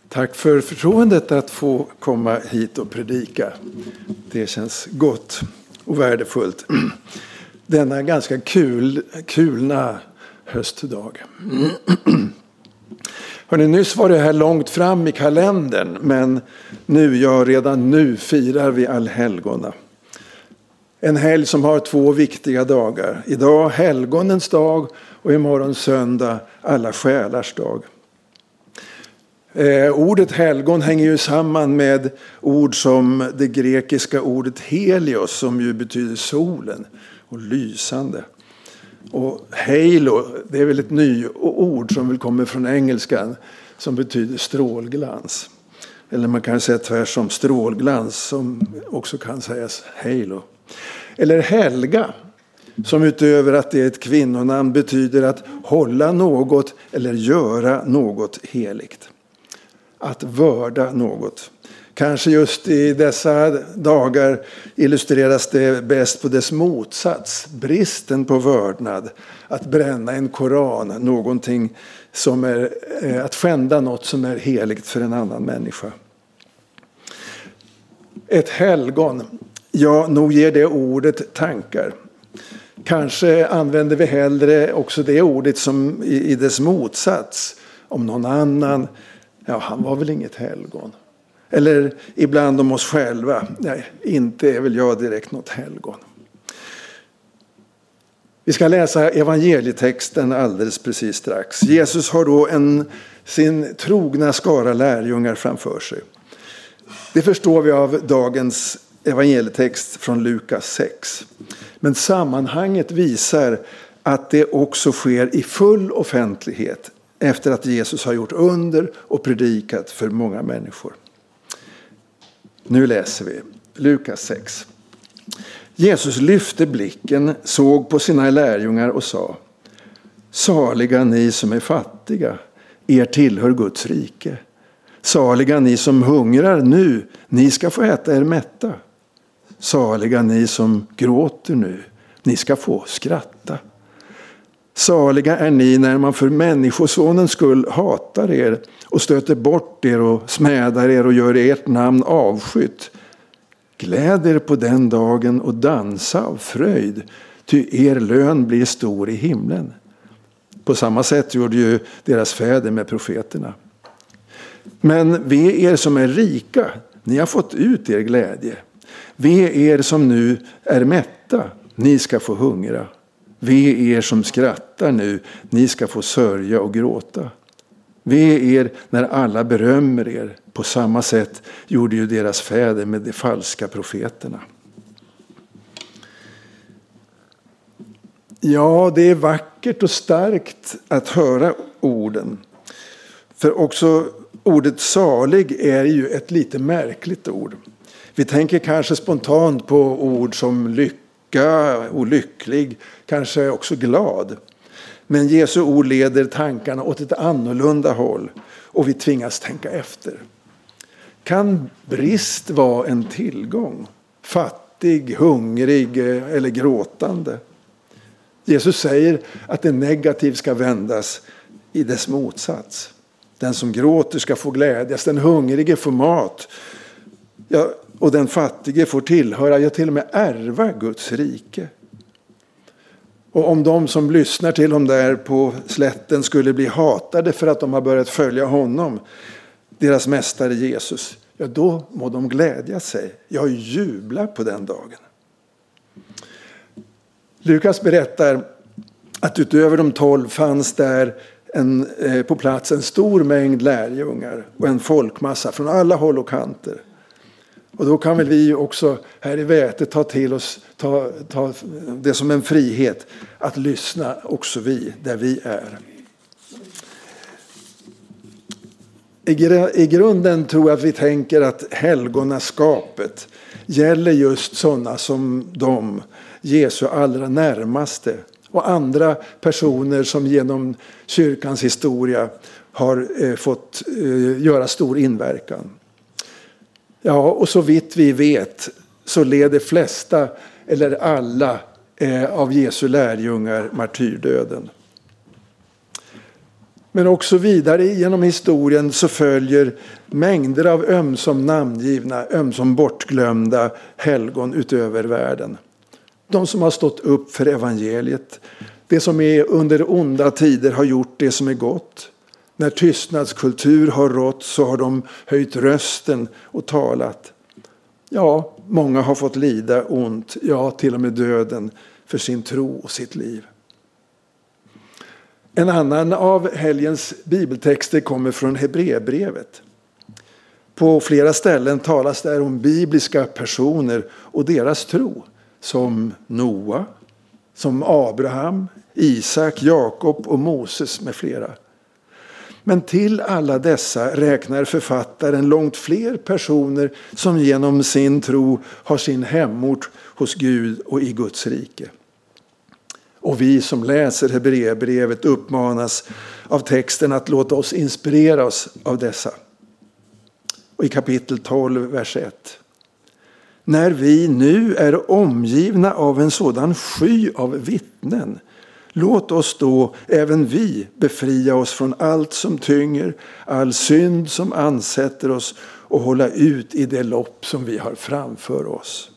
Tack för förtroendet att få komma hit och predika. Det känns gott och värdefullt. Denna ganska kulna höstdag. Hörrni, nyss var det här långt fram i kalendern, men redan nu firar vi allhelgona. En helg som har 2 viktiga dagar. Idag helgonens dag och imorgon söndag alla själars dag. Ordet helgon hänger ju samman med ord som det grekiska ordet helios, som ju betyder solen och lysande. Och halo, det är väl ett nyord som väl kommer från engelskan, som betyder strålglans. Eller man kan säga tvärsom, strålglans, som också kan sägas halo. Eller helga, som utöver att det är ett kvinnonamn betyder att hålla något eller göra något heligt. Att vörda något. Kanske just i dessa dagar illustreras det bäst på dess motsats. Bristen på vördnad. Att bränna en koran. Någonting som är att skända något som är heligt för en annan människa. Ett helgon. Ja, nog ger det ordet tankar. Kanske använder vi hellre också det ordet som i dess motsats. Om någon annan. Ja, han var väl inget helgon. Eller ibland om oss själva. Nej, inte är väl jag direkt något helgon. Vi ska läsa evangelietexten alldeles precis strax. Jesus har då sin trogna skara lärjungar framför sig. Det förstår vi av dagens evangelietext från Lukas 6. Men sammanhanget visar att det också sker i full offentlighet efter att Jesus har gjort under och predikat för många människor. Nu läser vi Lukas 6. Jesus lyfte blicken, såg på sina lärjungar och sa: Saliga ni som är fattiga, er tillhör Guds rike. Saliga ni som hungrar nu, ni ska få äta er mätta. Saliga ni som gråter nu, ni ska få skratta. Saliga är ni när man för människosonens skull hatar er och stöter bort er och smädar er och gör ert namn avskytt. Gläd er på den dagen och dansa av fröjd, ty er lön blir stor i himlen. På samma sätt gjorde ju deras fäder med profeterna. Men ve er som är rika, ni har fått ut er glädje. Ve er som nu är mätta, ni ska få hungra. Ve er som skrattar nu, ni ska få sörja och gråta. Ve er när alla berömmer er, på samma sätt gjorde ju deras fäder med de falska profeterna. Ja, det är vackert och starkt att höra orden. För också ordet salig är ju ett lite märkligt ord. Vi tänker kanske spontant på ord som lycka och lycklig, kanske också glad. Men Jesu ord leder tankarna åt ett annorlunda håll och vi tvingas tänka efter. Kan brist vara en tillgång? Fattig, hungrig eller gråtande? Jesus säger att det negativ ska vändas i dess motsats. Den som gråter ska få glädjas, den hungrige får mat. Ja, och den fattige får tillhöra, ja till och med ärva Guds rike. Och om de som lyssnar till dem där på slätten skulle bli hatade för att de har börjat följa honom, deras mästare Jesus, ja då må de glädja sig. Jag jublar på den dagen. Lukas berättar att utöver de 12 fanns där på plats en stor mängd lärjungar och en folkmassa från alla håll och kanter. Och då kan väl vi också här i Väte ta till oss ta det som en frihet att lyssna också vi där vi är. I grunden tror jag att vi tänker att helgonaskapet gäller just sådana som de, Jesu allra närmaste och andra personer som genom kyrkans historia har fått göra stor inverkan. Ja, och så vitt vi vet så leder flesta eller alla av Jesu lärjungar martyrdöden. Men också vidare genom historien så följer mängder av ömsom namngivna, ömsom bortglömda helgon utöver världen. De som har stått upp för evangeliet. Det som är under onda tider har gjort det som är gott. När tystnadskultur har rått så har de höjt rösten och talat. Ja, många har fått lida ont, ja till och med döden för sin tro och sitt liv. En annan av helgens bibeltexter kommer från Hebreerbrevet. På flera ställen talas där om bibliska personer och deras tro. Som Noa, som Abraham, Isak, Jakob och Moses med flera. Men till alla dessa räknar författaren långt fler personer som genom sin tro har sin hemort hos Gud och i Guds rike. Och vi som läser Hebreerbrevet uppmanas av texten att låta oss inspirera oss av dessa. Och i kapitel 12, vers 1. När vi nu är omgivna av en sådan sky av vittnen, låt oss då även vi befria oss från allt som tynger, all synd som ansätter oss och hålla ut i det lopp som vi har framför oss.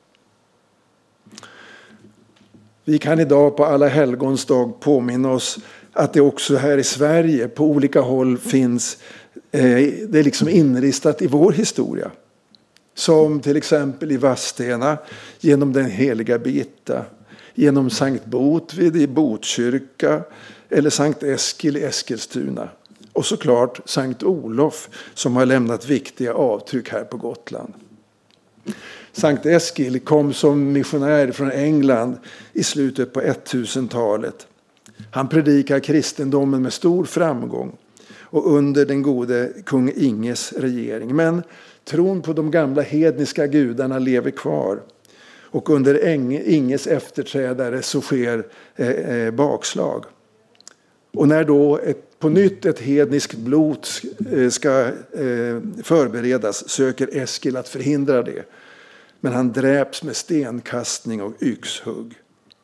Vi kan idag på alla helgons dag påminna oss att det också här i Sverige på olika håll finns, det är liksom inristat i vår historia. Som till exempel i Vadstena genom den heliga Birgitta, genom Sankt Botvid i Botkyrka eller Sankt Eskil i Eskilstuna. Och såklart Sankt Olof som har lämnat viktiga avtryck här på Gotland. Sankt Eskil kom som missionär från England i slutet på 1000-talet. Han predikar kristendomen med stor framgång och under den gode kung Inges regering. Men tron på de gamla hedniska gudarna lever kvar. Och under Inges efterträdare så sker bakslag. Och när då på nytt ett hedniskt blot ska förberedas söker Eskil att förhindra det. Men han dräps med stenkastning och yxhugg.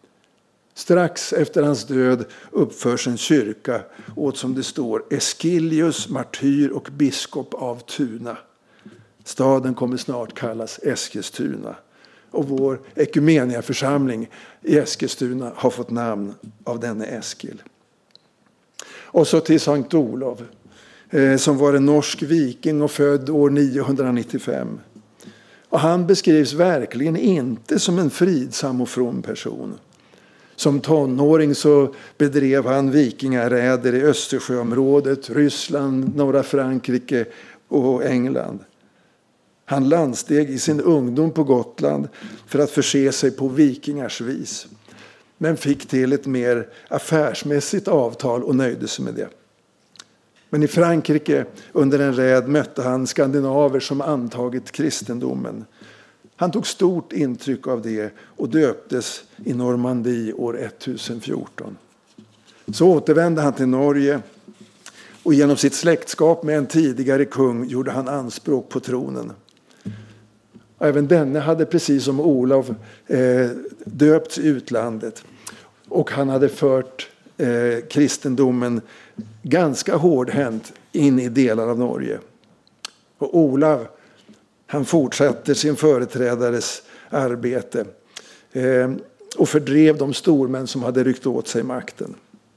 Strax efter hans död uppförs en kyrka åt som det står Eskilius, martyr och biskop av Tuna. Staden kommer snart kallas Eskilstuna. Och vår ekumeniaförsamling i Eskilstuna har fått namn av denne Eskil. Och så till Sankt Olof som var en norsk viking och född år 995. Och han beskrivs verkligen inte som en fridsam och from person. Som tonåring så bedrev han vikingaräder i Östersjöområdet, Ryssland, norra Frankrike och England. Han landsteg i sin ungdom på Gotland för att förse sig på vikingars vis. Men fick till ett mer affärsmässigt avtal och nöjde sig med det. Men i Frankrike under en räd mötte han skandinaver som antagit kristendomen. Han tog stort intryck av det och döptes i Normandie år 1014. Så återvände han till Norge och genom sitt släktskap med en tidigare kung gjorde han anspråk på tronen. Även denne hade precis som Olof döpts i utlandet. Och han hade fört kristendomen ganska hårdhänt in i delar av Norge. Och Olav, han fortsatte sin företrädares arbete och fördrev de stormän som hade ryckt åt sig makten.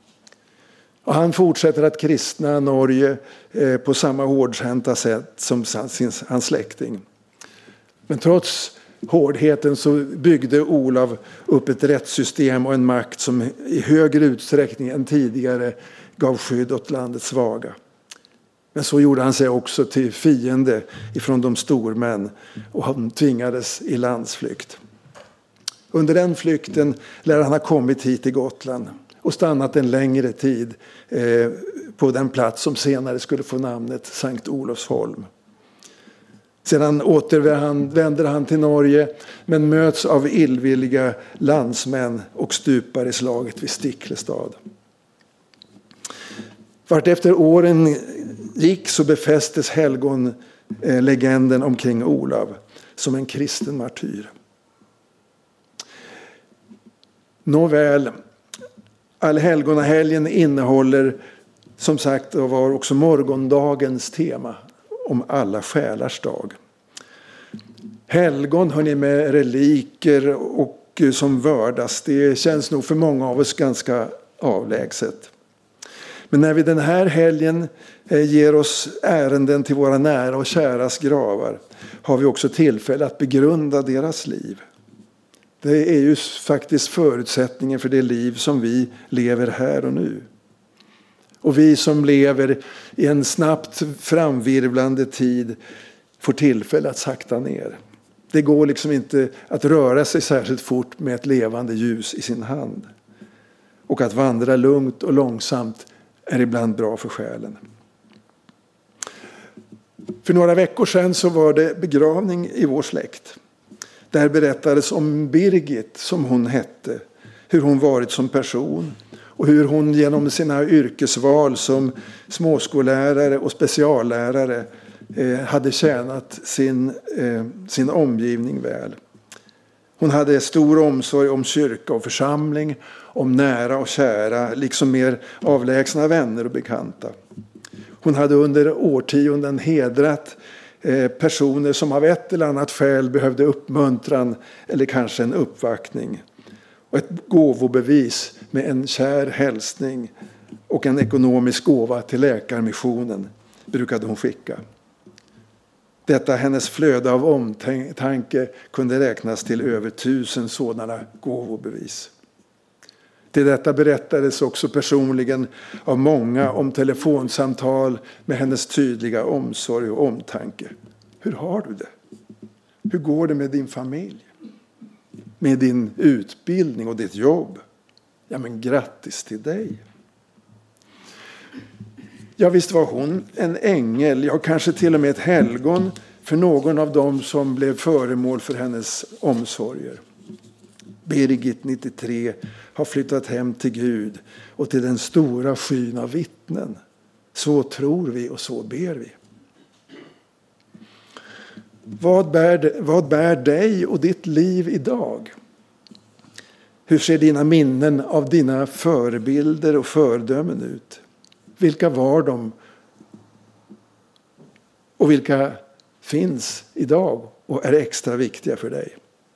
Och han fortsätter att kristna Norge på samma hårdhänta sätt som hans släkting. Men trots hårdheten så byggde Olav upp ett rättssystem och en makt som i högre utsträckning än tidigare gav skydd åt landets svaga. Men så gjorde han sig också till fiende ifrån de stormän och han tvingades i landsflykt. Under den flykten lär han ha kommit hit till Gotland och stannat en längre tid på den plats som senare skulle få namnet Sankt Olofsholm. Sedan återvänder han till Norge men möts av illvilliga landsmän och stupar i slaget vid Stiklestad. Vart efter åren gick så befästes helgonlegenden omkring Olav som en kristen martyr. Nåväl, allhelgonahelgen innehåller som sagt var också morgondagens tema om alla själars dag. Helgon, hörni, med reliker och som vördas, det känns nog för många av oss ganska avlägset. Men när vi den här helgen ger oss ärenden till våra nära och käras gravar har vi också tillfälle att begrunda deras liv. Det är ju faktiskt förutsättningen för det liv som vi lever här och nu. Och vi som lever i en snabbt framvirvlande tid får tillfälle att sakta ner. Det går liksom inte att röra sig särskilt fort med ett levande ljus i sin hand. Och att vandra lugnt och långsamt är ibland bra för själen. För några veckor sedan så var det begravning i vår släkt. Där berättades om Birgit, som hon hette, hur hon varit som person och hur hon genom sina yrkesval som småskollärare och speciallärare hade tjänat sin omgivning väl. Hon hade stor omsorg om kyrka och församling, om nära och kära, liksom mer avlägsna vänner och bekanta. Hon hade under årtionden hedrat personer som av ett eller annat skäl behövde uppmuntran eller kanske en uppvaktning. Och ett gåvobevis med en kär hälsning och en ekonomisk gåva till Läkarmissionen brukade hon skicka. Detta hennes flöde av omtanke kunde räknas till över 1000 sådana gåvobevis. Till detta berättades också personligen av många om telefonsamtal med hennes tydliga omsorg och omtanke. Hur har du det? Hur går det med din familj? Med din utbildning och ditt jobb? Ja, men grattis till dig. Ja, visst var hon en ängel, ja kanske till och med ett helgon för någon av dem som blev föremål för hennes omsorger. Birgit, 93, har flyttat hem till Gud och till den stora skyn av vittnen. Så tror vi och så ber vi. Vad bär dig och ditt liv idag? Hur ser dina minnen av dina förebilder och föredömen ut? Vilka var de? Och vilka finns idag och är extra viktiga för dig?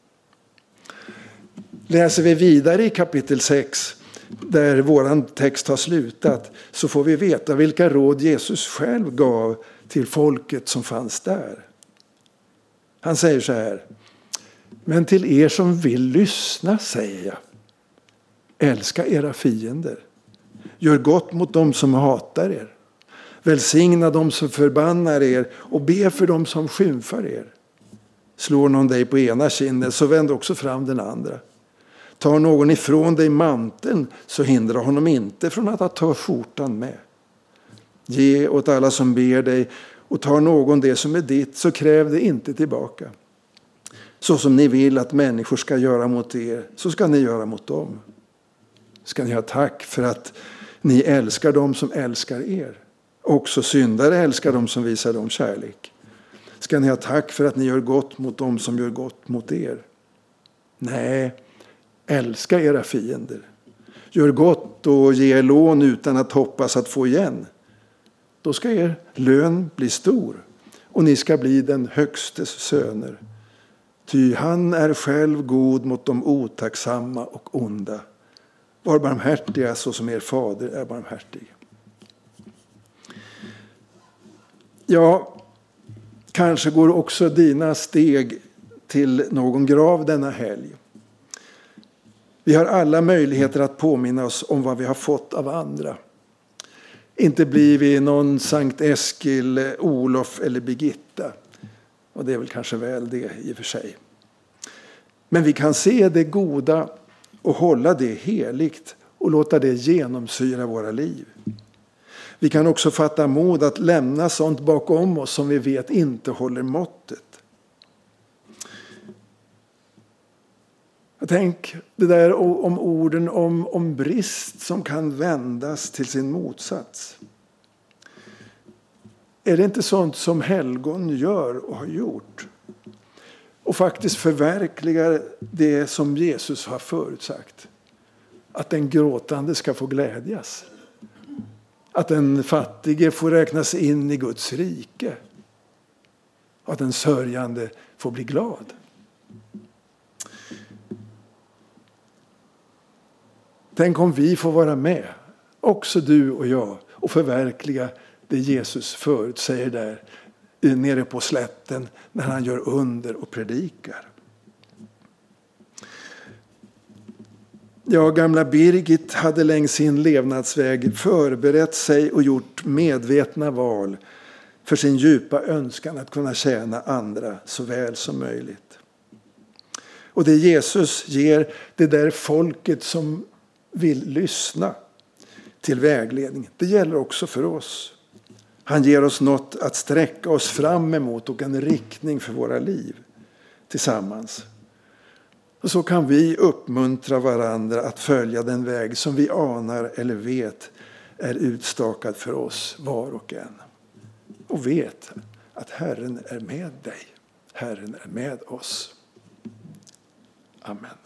Läser vi vidare i kapitel 6, där våran text har slutat, så får vi veta vilka råd Jesus själv gav till folket som fanns där. Han säger så här: men till er som vill lyssna säger jag, älska era fiender. Gör gott mot dem som hatar er. Välsigna dem som förbannar er och be för dem som skymfar er. Slår någon dig på ena kinden, så vänd också fram den andra. Tar någon ifrån dig manteln, så hindra honom inte från att ta skjortan med. Ge åt alla som ber dig, och tar någon det som är ditt, så kräv det inte tillbaka. Så som ni vill att människor ska göra mot er, så ska ni göra mot dem. Ska ni ha tack för att ni älskar dem som älskar er. Också syndare älskar dem som visar dem kärlek. Ska ni ha tack för att ni gör gott mot dem som gör gott mot er. Nej, älska era fiender. Gör gott och ge lån utan att hoppas att få igen. Då ska er lön bli stor och ni ska bli den högstes söner. Ty han är själv god mot de otacksamma och onda. Var barmhärtiga så som er fader är barmhärtig. Ja, kanske går också dina steg till någon grav denna helg. Vi har alla möjligheter att påminna oss om vad vi har fått av andra. Inte blir vi någon Sankt Eskil, Olof eller Birgitta. Och det är väl kanske väl det i och för sig. Men vi kan se det goda och hålla det heligt och låta det genomsyra våra liv. Vi kan också fatta mod att lämna sånt bakom oss som vi vet inte håller måttet. Tänk det där om orden om brist som kan vändas till sin motsats. Är det inte sånt som helgon gör och har gjort? Och faktiskt förverkligar det som Jesus har förutsagt. Att den gråtande ska få glädjas. att den fattige får räknas in i Guds rike. Och att den sörjande får bli glad. Tänk om vi får vara med, också du och jag, och förverkliga det Jesus förutsäger där nere på slätten när han gör under och predikar. Ja, gamla Birgit hade längs sin levnadsväg förberett sig och gjort medvetna val för sin djupa önskan att kunna tjäna andra så väl som möjligt. Och det Jesus ger det där folket som vill lyssna till vägledning, det gäller också för oss. Han ger oss något att sträcka oss fram emot och en riktning för våra liv tillsammans. Och så kan vi uppmuntra varandra att följa den väg som vi anar eller vet är utstakad för oss var och en. Och vet att Herren är med dig. Herren är med oss. Amen.